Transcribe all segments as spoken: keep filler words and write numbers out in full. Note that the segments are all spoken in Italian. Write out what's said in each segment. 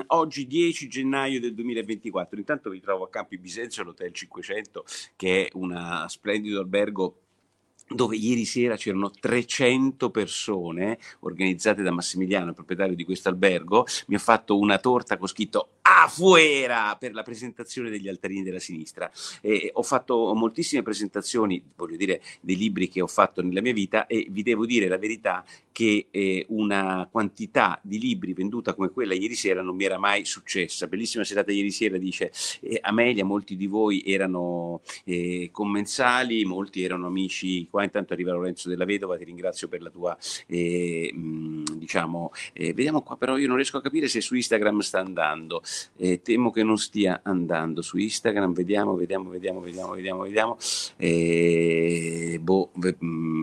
oggi dieci gennaio del duemilaventiquattro. Intanto mi trovo a Campi Bisenzio all'Hotel cinquecento, che è un splendido albergo dove ieri sera c'erano trecento persone organizzate da Massimiliano, il proprietario di questo albergo. Mi ha fatto una torta con scritto Afuera per la presentazione degli altarini della sinistra. E ho fatto moltissime presentazioni, voglio dire, dei libri che ho fatto nella mia vita, e vi devo dire la verità che eh, una quantità di libri venduta come quella ieri sera non mi era mai successa. Bellissima serata ieri sera, dice eh, Amelia, molti di voi erano eh, commensali, molti erano amici qua. Intanto arriva Lorenzo della Vedova, ti ringrazio per la tua eh, mh, diciamo eh, vediamo qua, però io non riesco a capire se su Instagram sta andando. Eh, temo che non stia andando su Instagram. Vediamo, vediamo, vediamo, vediamo, vediamo, vediamo. Eh, boh, ve-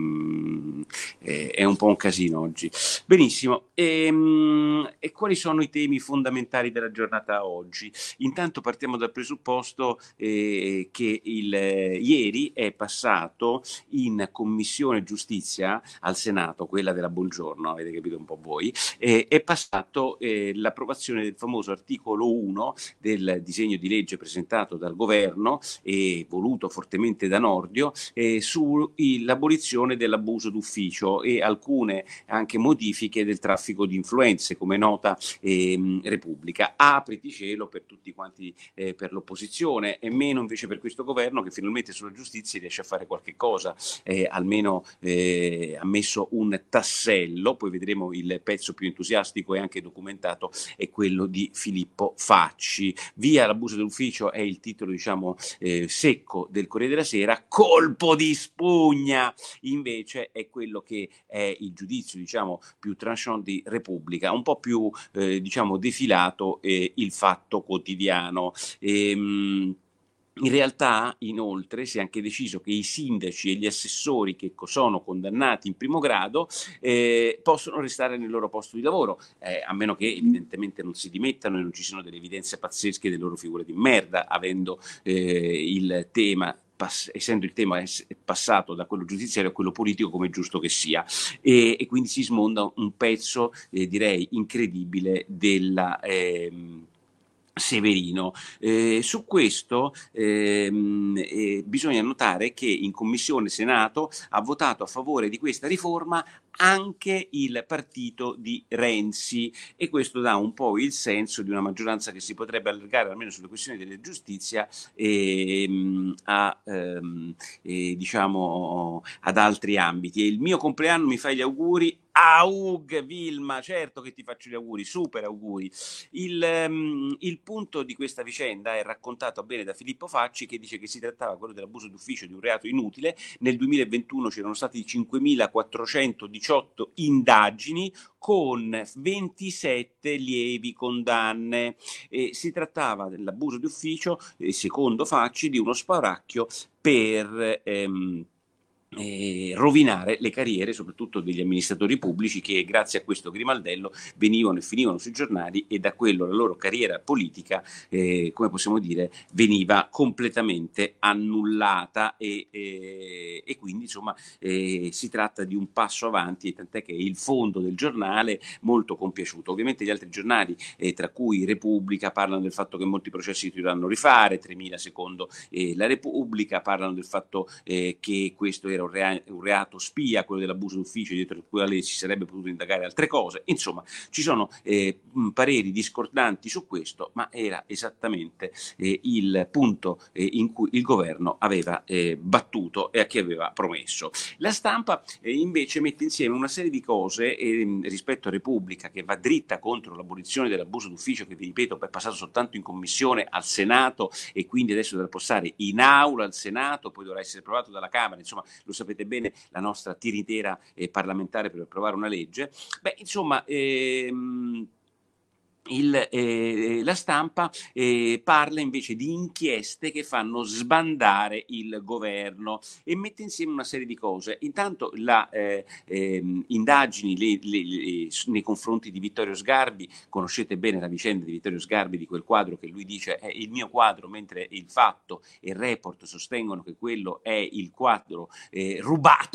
mm, eh, è un po' un casino oggi. Benissimo. E, mm, e quali sono i temi fondamentali della giornata oggi? Intanto partiamo dal presupposto eh, che il, eh, ieri è passato in Commissione Giustizia al Senato, quella della Bongiorno, avete capito un po' voi, eh, è passato eh, l'approvazione del famoso articolo uno del disegno di legge presentato dal governo e voluto fortemente da Nordio eh, sull'abolizione dell'abuso d'ufficio e alcune anche modifiche del traffico di influenze, come nota ehm, Repubblica. Apriti cielo per tutti quanti, eh, per l'opposizione, e meno invece per questo governo che finalmente sulla giustizia riesce a fare qualche cosa, eh, almeno eh, ha messo un tassello. Poi vedremo il pezzo più entusiastico e anche documentato, è quello di Filippo Facci. Via l'abuso d'ufficio è il titolo, diciamo, eh, secco del Corriere della Sera. Colpo di spugna invece è quello che è il giudizio, diciamo, più tranchant di Repubblica, un po' più eh, diciamo defilato eh, il Fatto Quotidiano. Ehm, In realtà, inoltre, si è anche deciso che i sindaci e gli assessori che co- sono condannati in primo grado eh, possono restare nel loro posto di lavoro, eh, a meno che evidentemente non si dimettano e non ci siano delle evidenze pazzesche delle loro figure di merda, avendo eh, il tema. Pass- essendo il tema es- passato da quello giudiziario a quello politico, come è giusto che sia, e, e quindi si smonda un pezzo, eh, direi, incredibile della ehm, Severino. Eh, su questo ehm, eh, bisogna notare che in Commissione Senato ha votato a favore di questa riforma anche il partito di Renzi, e questo dà un po' il senso di una maggioranza che si potrebbe allargare, almeno sulle questioni della giustizia, ehm, a, ehm, eh, diciamo, ad altri ambiti. E il mio compleanno mi fai gli auguri? Aug Vilma, certo che ti faccio gli auguri, super auguri. Il, ehm, il punto di questa vicenda è raccontato bene da Filippo Facci, che dice che si trattava, quello dell'abuso d'ufficio, di un reato inutile. Nel duemilaventuno c'erano stati cinquemilaquattrocentodiciotto indagini con ventisette lievi condanne. E si trattava dell'abuso d'ufficio, eh, secondo Facci, di uno spauracchio per ehm, eh, rovinare le carriere soprattutto degli amministratori pubblici, che grazie a questo grimaldello venivano e finivano sui giornali, e da quello la loro carriera politica, eh, come possiamo dire, veniva completamente annullata, e, e, e quindi insomma eh, si tratta di un passo avanti, tant'è che il fondo del giornale molto compiaciuto. Ovviamente gli altri giornali, eh, tra cui Repubblica, parlano del fatto che molti processi si dovranno rifare, tremila secondo eh, la Repubblica, parlano del fatto eh, che questo era un, rea- un reato spia, quello dell'abuso d'ufficio, dietro il quale si sarebbe potuto indagare altre cose. Insomma, ci sono eh, mh, pareri discordanti su questo, ma era esattamente eh, il punto eh, in cui il governo aveva eh, battuto e a chi aveva promesso. La Stampa eh, invece mette insieme una serie di cose eh, rispetto a Repubblica, che va dritta contro l'abolizione dell'abuso d'ufficio, che vi ripeto è passato soltanto in commissione al Senato, e quindi adesso dovrà passare in aula al Senato, poi dovrà essere approvato dalla Camera. Insomma, lo sapete bene, la nostra tiritera eh, parlamentare per approvare una legge. Beh, insomma, ehm, il, eh, la Stampa eh, parla invece di inchieste che fanno sbandare il governo, e mette insieme una serie di cose. Intanto la eh, ehm, indagini le, le, le, nei confronti di Vittorio Sgarbi. Conoscete bene la vicenda di Vittorio Sgarbi, di quel quadro che lui dice è il mio quadro, mentre il Fatto e il Report sostengono che quello è il quadro eh, rubato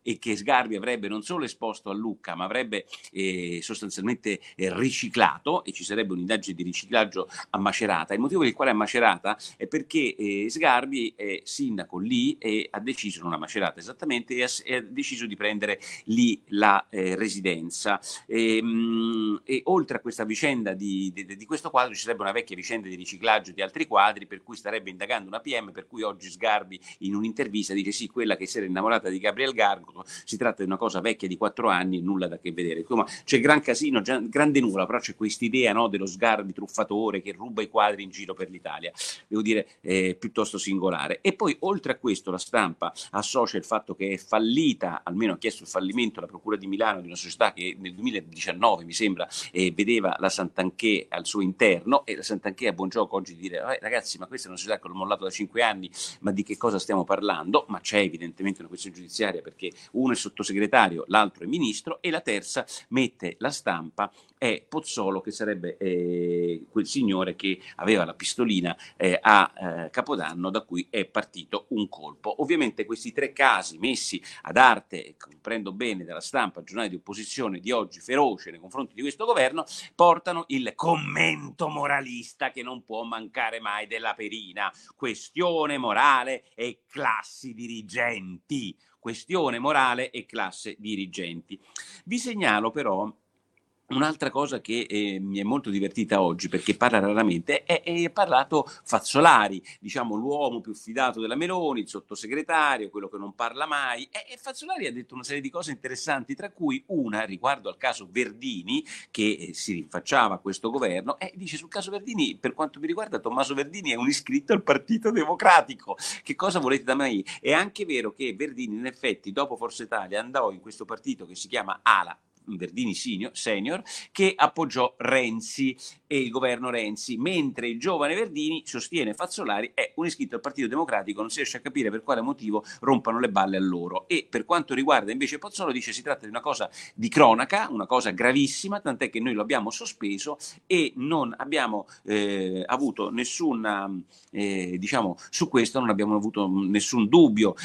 e che Sgarbi avrebbe non solo esposto a Lucca, ma avrebbe eh, sostanzialmente eh, riciclato, e ci sarebbe un'indagine di riciclaggio a Macerata. Il motivo per il quale a Macerata è perché eh, Sgarbi è sindaco lì e ha deciso, non a Macerata esattamente, e ha, e ha deciso di prendere lì la eh, residenza. E, mh, e oltre a questa vicenda di, di, di questo quadro ci sarebbe una vecchia vicenda di riciclaggio di altri quadri, per cui starebbe indagando una P M, per cui oggi Sgarbi in un'intervista dice sì, quella che si era innamorata di Gabriel Gargo, si tratta di una cosa vecchia di quattro anni, nulla da che vedere. Insomma, c'è gran casino, grande nuvola, però c'è quest'idea, no, dello Sgarbi truffatore che ruba i quadri in giro per l'Italia, devo dire eh, piuttosto singolare. E poi oltre a questo la stampa associa il fatto che è fallita, almeno ha chiesto il fallimento alla Procura di Milano di una società che nel duemiladiciannove mi sembra eh, vedeva la Santanchè al suo interno, e la Santanchè ha buon gioco oggi di dire eh, ragazzi, ma questa è una società che l'ho mollato da cinque anni, ma di che cosa stiamo parlando? Ma c'è evidentemente una questione giudiziaria, perché uno è sottosegretario, l'altro è ministro, e la terza, mette la stampa, è Pozzolo, che sarebbe eh, quel signore che aveva la pistolina eh, a eh, Capodanno, da cui è partito un colpo. Ovviamente questi tre casi messi ad arte, comprendo bene dalla stampa, giornale di opposizione di oggi feroce nei confronti di questo governo, portano il commento moralista che non può mancare mai della Perina. Questione morale e classi dirigenti. Questione morale e classe dirigenti. Vi segnalo però un'altra cosa che eh, mi è molto divertita oggi, perché parla raramente, è, è parlato Fazzolari, diciamo l'uomo più fidato della Meloni, il sottosegretario, quello che non parla mai, e, e Fazzolari ha detto una serie di cose interessanti, tra cui una riguardo al caso Verdini, che eh, si rinfacciava a questo governo, e dice: sul caso Verdini, per quanto mi riguarda, Tommaso Verdini è un iscritto al Partito Democratico, che cosa volete da me? È anche vero che Verdini in effetti dopo Forza Italia andò in questo partito che si chiama ALA, Verdini senior, che appoggiò Renzi e il governo Renzi, mentre il giovane Verdini, sostiene Fazzolari, è un iscritto al Partito Democratico, non si riesce a capire per quale motivo rompano le balle a loro. E per quanto riguarda invece Pozzolo, dice si tratta di una cosa di cronaca, una cosa gravissima, tant'è che noi lo abbiamo sospeso e non abbiamo eh, avuto nessuna, eh, diciamo, su questo non abbiamo avuto nessun dubbio.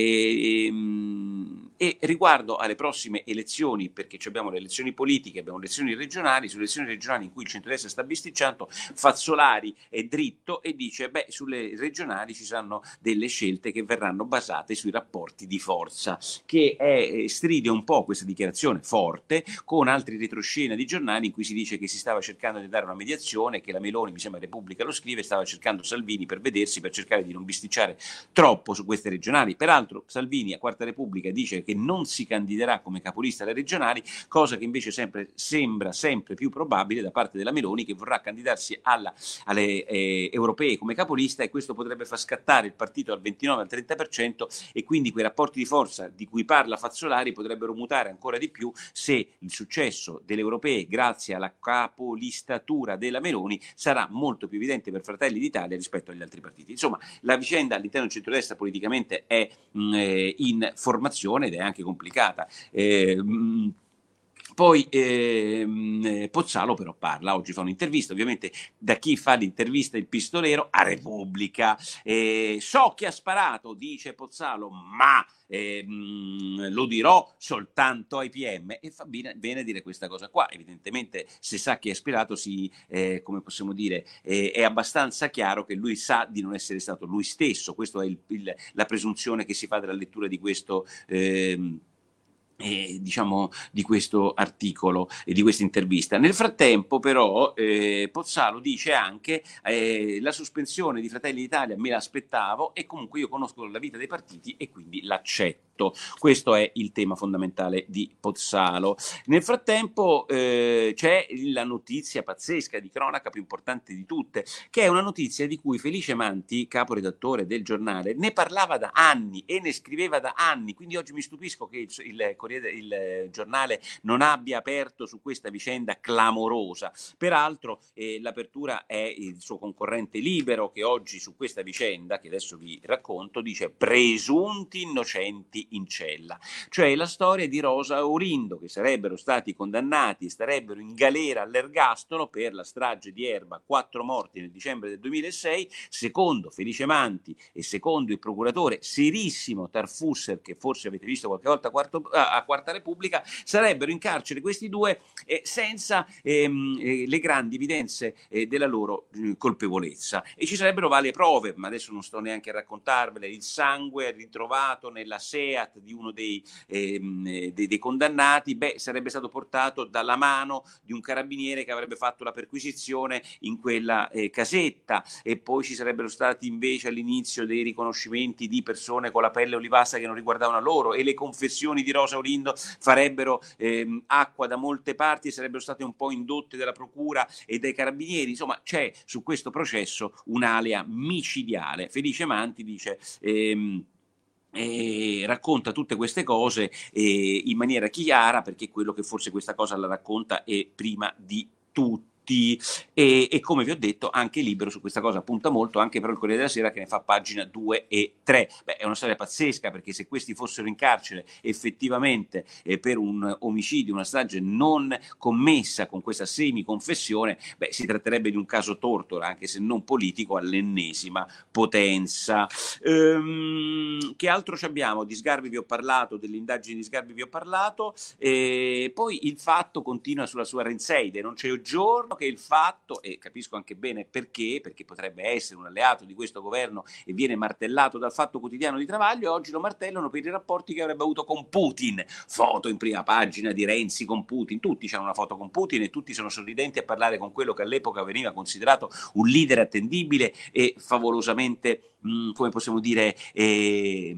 E, e, e riguardo alle prossime elezioni, perché abbiamo le elezioni politiche, abbiamo le elezioni regionali, sulle elezioni regionali in cui il centrodestra sta bisticciando, Fazzolari è dritto e dice beh, sulle regionali ci saranno delle scelte che verranno basate sui rapporti di forza, che è, stride un po' questa dichiarazione forte con altri retroscena di giornali in cui si dice che si stava cercando di dare una mediazione, che la Meloni, mi sembra Repubblica lo scrive, stava cercando Salvini per vedersi, per cercare di non bisticciare troppo su queste regionali. Peraltro Salvini a Quarta Repubblica dice che non si candiderà come capolista alle regionali, cosa che invece sempre, sembra sempre più probabile da parte della Meloni, che vorrà candidarsi alla, alle eh, europee come capolista, e questo potrebbe far scattare il partito dal ventinove al trenta per cento, e quindi quei rapporti di forza di cui parla Fazzolari potrebbero mutare ancora di più se il successo delle europee, grazie alla capolistatura della Meloni, sarà molto più evidente per Fratelli d'Italia rispetto agli altri partiti. Insomma, la vicenda all'interno del centrodestra politicamente è mh, in formazione ed è anche complicata. Eh, mh, Poi ehm, Pozzalo però parla, oggi fa un'intervista, ovviamente da chi fa l'intervista il pistolero? A Repubblica. Eh, so chi ha sparato, dice Pozzalo, ma ehm, lo dirò soltanto ai P M, e fa bene, bene dire questa cosa qua. Evidentemente se sa chi ha sparato, si, eh, come possiamo dire, eh, è abbastanza chiaro che lui sa di non essere stato lui stesso. Questa è il, il, la presunzione che si fa dalla lettura di questo ehm, Eh, diciamo di questo articolo e di questa intervista. Nel frattempo però eh, Pozzalo dice anche eh, la sospensione di Fratelli d'Italia me l'aspettavo, e comunque io conosco la vita dei partiti e quindi l'accetto. Questo è il tema fondamentale di Pozzalo. Nel frattempo eh, c'è la notizia pazzesca di cronaca più importante di tutte, che è una notizia di cui Felice Manti, caporedattore del giornale, ne parlava da anni e ne scriveva da anni, quindi oggi mi stupisco che il, il il giornale non abbia aperto su questa vicenda clamorosa. Peraltro eh, l'apertura è il suo concorrente Libero, che oggi su questa vicenda, che adesso vi racconto, dice presunti innocenti anni in cella. Cioè la storia di Rosa e Orindo, che sarebbero stati condannati e starebbero in galera all'ergastolo per la strage di Erba, quattro morti nel dicembre del duemilasei, secondo Felice Manti e secondo il procuratore serissimo Tarfusser, che forse avete visto qualche volta a, quarto, a Quarta Repubblica, sarebbero in carcere questi due eh, senza ehm, eh, le grandi evidenze eh, della loro eh, colpevolezza, e ci sarebbero varie prove, ma adesso non sto neanche a raccontarvele. Il sangue ritrovato nella Seat di uno dei, ehm, dei, dei condannati, beh, sarebbe stato portato dalla mano di un carabiniere che avrebbe fatto la perquisizione in quella eh, casetta, e poi ci sarebbero stati invece all'inizio dei riconoscimenti di persone con la pelle olivastra che non riguardavano loro, e le confessioni di Rosa Orindo farebbero ehm, acqua da molte parti e sarebbero state un po' indotte dalla procura e dai carabinieri. Insomma, c'è su questo processo un'alea micidiale. Felice Manti dice ehm, E racconta tutte queste cose eh, in maniera chiara, perché quello che forse questa cosa la racconta è prima di tutti. E, e come vi ho detto, anche Libero su questa cosa punta molto, anche però il Corriere della Sera che ne fa pagina due e tre. Beh, è una storia pazzesca, perché se questi fossero in carcere effettivamente eh, per un omicidio, una strage non commessa con questa semiconfessione, beh, si tratterebbe di un caso Tortora, anche se non politico, all'ennesima potenza. Ehm, che altro ci abbiamo? Di Sgarbi vi ho parlato, delle indagini di Sgarbi vi ho parlato, e poi il Fatto continua sulla sua Renzeide. Non c'è un giorno che il Fatto, e capisco anche bene perché, perché potrebbe essere un alleato di questo governo e viene martellato dal Fatto Quotidiano di Travaglio, e oggi lo martellano per i rapporti che avrebbe avuto con Putin. Foto in prima pagina di Renzi con Putin, tutti hanno una foto con Putin e tutti sono sorridenti a parlare con quello che all'epoca veniva considerato un leader attendibile e favolosamente, mh, come possiamo dire, eh,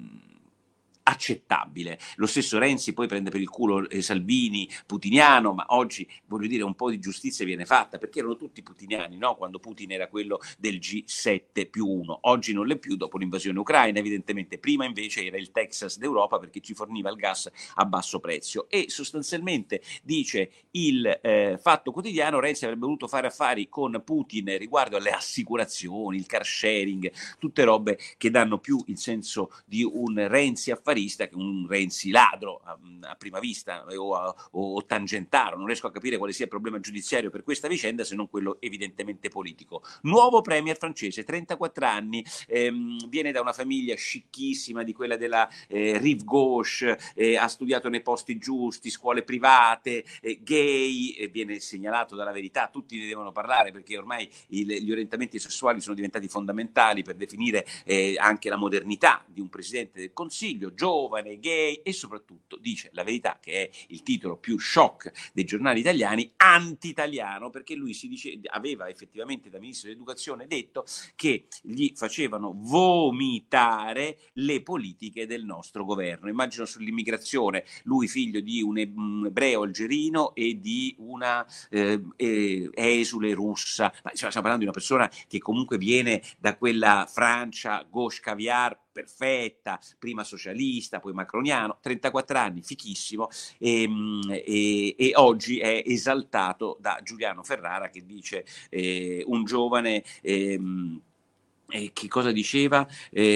accettabile. Lo stesso Renzi poi prende per il culo eh, Salvini, putiniano, ma oggi, voglio dire, un po' di giustizia viene fatta, perché erano tutti putiniani, no? Quando Putin era quello del G sette più uno, oggi non l'è più dopo l'invasione ucraina, evidentemente. Prima invece era il Texas d'Europa, perché ci forniva il gas a basso prezzo. E sostanzialmente, dice il eh, Fatto Quotidiano, Renzi avrebbe voluto fare affari con Putin riguardo alle assicurazioni, il car sharing, tutte robe che danno più il senso di un Renzi affarista che un Renzi ladro a, a prima vista, o, a, o tangentaro. Non riesco a capire quale sia il problema giudiziario per questa vicenda, se non quello evidentemente politico. Nuovo premier francese, trentaquattro anni, ehm, viene da una famiglia scicchissima, di quella della eh, rive gauche, eh, ha studiato nei posti giusti, scuole private, eh, gay, eh, viene segnalato dalla Verità, tutti ne devono parlare, perché ormai il, gli orientamenti sessuali sono diventati fondamentali per definire eh, anche la modernità di un presidente del Consiglio, giovane, gay, e soprattutto, dice La Verità, che è il titolo più shock dei giornali italiani, anti-italiano, perché lui si dice, aveva effettivamente da ministro dell'educazione detto che gli facevano vomitare le politiche del nostro governo. Immagino sull'immigrazione, lui figlio di un, e- un ebreo algerino e di una eh, eh, esule russa, ma insomma, stiamo parlando di una persona che comunque viene da quella Francia gauche caviar perfetta, prima socialista, poi macroniano, trentaquattro anni, fichissimo, e, e, e oggi è esaltato da Giuliano Ferrara, che dice eh, un giovane... ehm, e che cosa diceva?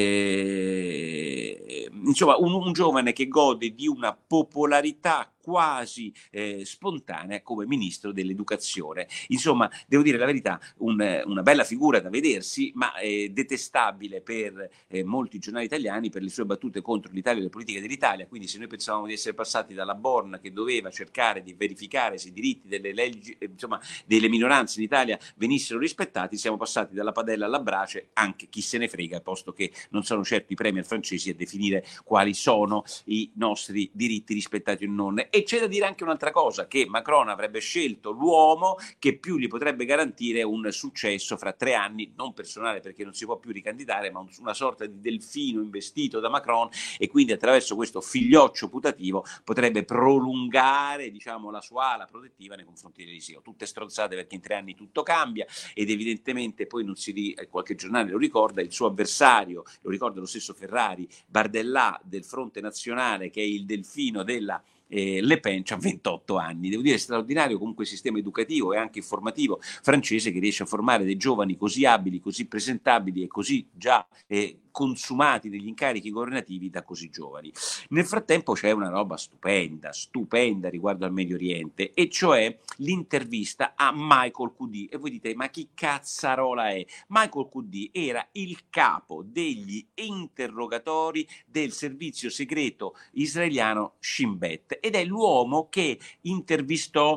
Eh, insomma, un, un giovane che gode di una popolarità quasi eh, spontanea come ministro dell'educazione. Insomma, devo dire la verità, un, una bella figura da vedersi, ma eh, detestabile per eh, molti giornali italiani per le sue battute contro l'Italia e le politiche dell'Italia. Quindi se noi pensavamo di essere passati dalla Born, che doveva cercare di verificare se i diritti delle leggi, eh, insomma, delle minoranze in Italia venissero rispettati, siamo passati dalla padella alla brace, anche chi se ne frega, posto che non sono certo i premier francesi a definire quali sono i nostri diritti rispettati o non. E c'è da dire anche un'altra cosa, che Macron avrebbe scelto l'uomo che più gli potrebbe garantire un successo fra tre anni, non personale perché non si può più ricandidare, ma una sorta di delfino investito da Macron, e quindi attraverso questo figlioccio putativo potrebbe prolungare, diciamo, la sua ala protettiva nei confronti dell'Eliseo. Tutte stronzate, perché in tre anni tutto cambia, ed evidentemente poi non si ri- qualche giornale lo ricorda, il suo avversario, lo ricorda lo stesso Ferrari, Bardellà del Fronte Nazionale, che è il delfino della eh, Le Pen, ha ventotto anni. Devo dire straordinario comunque il sistema educativo e anche informativo francese, che riesce a formare dei giovani così abili, così presentabili e così già eh, consumati degli incarichi governativi da così giovani. Nel frattempo c'è una roba stupenda, stupenda riguardo al Medio Oriente, e cioè l'intervista a Michael Kudī. E voi dite, ma chi cazzarola è? Michael Kudī era il capo degli interrogatori del servizio segreto israeliano Shin Bet ed è l'uomo che intervistò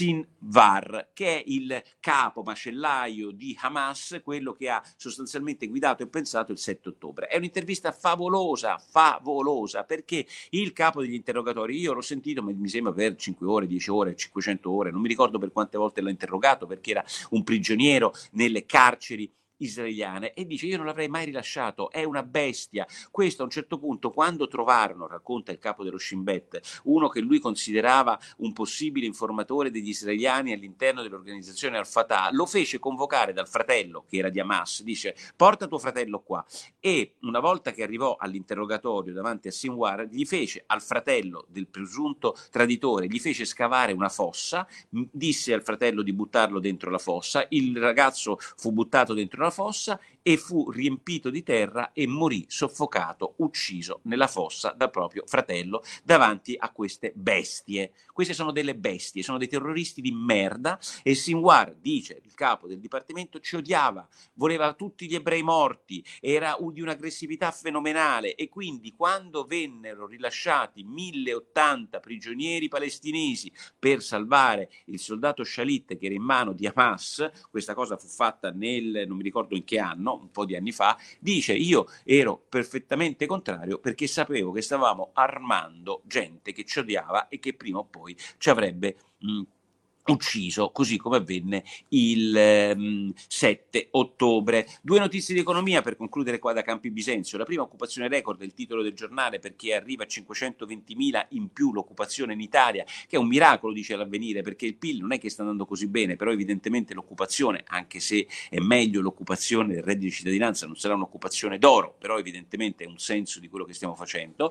Sinwar, che è il capo macellaio di Hamas, quello che ha sostanzialmente guidato e pensato il sette ottobre. È un'intervista favolosa, favolosa, perché il capo degli interrogatori, io l'ho sentito, mi sembra per cinque ore, dieci ore, cinquecento ore, non mi ricordo per quante volte l'ho interrogato, perché era un prigioniero nelle carceri israeliane, e dice: io non l'avrei mai rilasciato, è una bestia. Questo a un certo punto, quando trovarono, racconta il capo dello Shin Bet, uno che lui considerava un possibile informatore degli israeliani all'interno dell'organizzazione Al-Fatah, lo fece convocare dal fratello, che era di Hamas, dice: porta tuo fratello qua. E una volta che arrivò all'interrogatorio davanti a Sinwar, gli fece, al fratello del presunto traditore, gli fece scavare una fossa, disse al fratello di buttarlo dentro la fossa, il ragazzo fu buttato dentro la fossa e fu riempito di terra e morì soffocato, ucciso nella fossa dal proprio fratello davanti a queste bestie. Queste sono delle bestie, sono dei terroristi di merda, e Sinwar, dice il capo del dipartimento, ci odiava, voleva tutti gli ebrei morti, era di un'aggressività fenomenale, e quindi quando vennero rilasciati mille ottanta prigionieri palestinesi per salvare il soldato Shalit che era in mano di Hamas, questa cosa fu fatta nel, non mi ricordo in che anno, un po' di anni fa, dice: io ero perfettamente contrario perché sapevo che stavamo armando gente che ci odiava e che prima o poi ci avrebbe mh, ucciso, così come avvenne il ehm, sette ottobre. Due notizie di economia per concludere qua da Campi Bisenzio. La prima, occupazione record, è il titolo del giornale, perché arriva a cinquecentoventimila in più l'occupazione in Italia, che è un miracolo, dice l'Avvenire, perché il P I L non è che sta andando così bene, però evidentemente l'occupazione, anche se è meglio l'occupazione del reddito di cittadinanza, non sarà un'occupazione d'oro, però evidentemente è un senso di quello che stiamo facendo.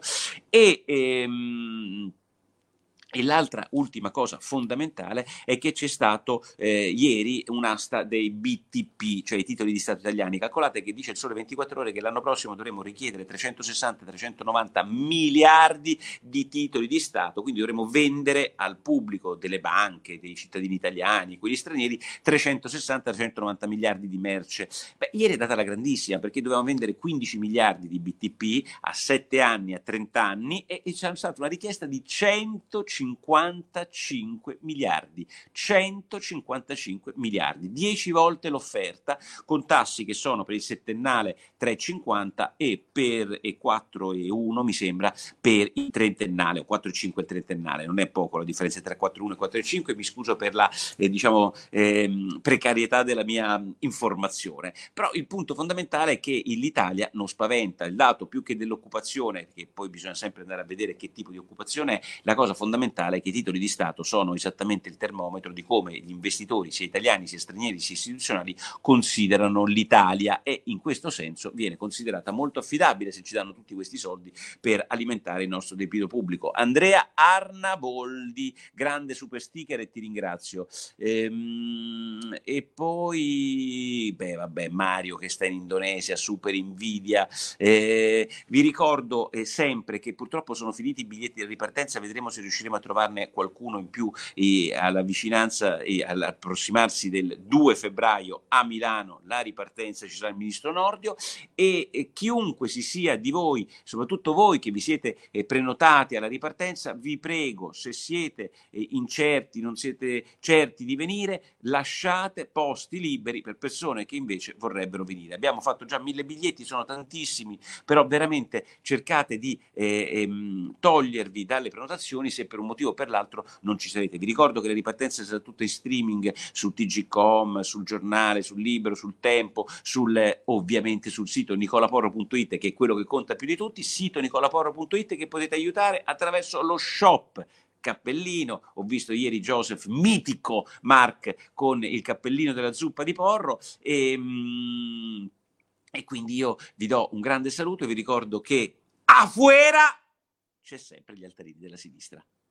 E ehm, E l'altra ultima cosa fondamentale è che c'è stato eh, ieri un'asta dei B T P, cioè i titoli di Stato italiani. Calcolate che dice il Sole ventiquattro Ore che l'anno prossimo dovremo richiedere trecentosessanta trecentonovanta miliardi di titoli di Stato, quindi dovremo vendere al pubblico delle banche, dei cittadini italiani, quelli stranieri, trecentosessanta trecentonovanta miliardi di merce. Beh, ieri è data la grandissima, perché dovevamo vendere quindici miliardi di B T P a sette anni, a trenta anni, e, e c'è stata una richiesta di centocinquantacinque miliardi, centocinquantacinque miliardi, dieci volte l'offerta, con tassi che sono per il settennale tre virgola cinquanta e per e quattro virgola uno mi sembra per il trentennale, o quattro virgola cinque il trentennale. Non è poco la differenza tra quattro virgola uno e quattro virgola cinque, mi scuso per la eh, diciamo ehm, precarietà della mia informazione, però il punto fondamentale è che l'Italia non spaventa. Il dato, più che dell'occupazione, che poi bisogna sempre andare a vedere che tipo di occupazione è, la cosa fondamentale è che i titoli di Stato sono esattamente il termometro di come gli investitori, sia italiani sia stranieri sia istituzionali, considerano l'Italia, e in questo senso viene considerata molto affidabile se ci danno tutti questi soldi per alimentare il nostro debito pubblico. Andrea Arnaboldi, grande super sticker, e ti ringrazio. Ehm, e poi, beh, vabbè, Mario che sta in Indonesia, super invidia. Eh, vi ricordo eh, sempre che purtroppo sono finiti i biglietti di ripartenza, vedremo se riusciremo a trovarne qualcuno in più eh, alla vicinanza e all'approssimarsi del due febbraio a Milano, la ripartenza, ci sarà il ministro Nordio, e, e chiunque si sia di voi, soprattutto voi che vi siete eh, prenotati alla ripartenza, vi prego, se siete eh, incerti, non siete certi di venire, lasciate posti liberi per persone che invece vorrebbero venire. Abbiamo fatto già mille biglietti, sono tantissimi, però veramente cercate di eh, ehm, togliervi dalle prenotazioni se per un motivo o per l'altro non ci sarete. Vi ricordo che le ripartenze saranno tutte in streaming su T G punto com, sul giornale, sul Libero, sul Tempo, sul, eh, ovviamente sul sito nicolaporro punto it, che è quello che conta più di tutti, sito nicolaporro punto it, che potete aiutare attraverso lo shop cappellino. Ho visto ieri Joseph, mitico Mark, con il cappellino della zuppa di porro, e, mm, e quindi io vi do un grande saluto e vi ricordo che afuera c'è sempre gli altarini della sinistra.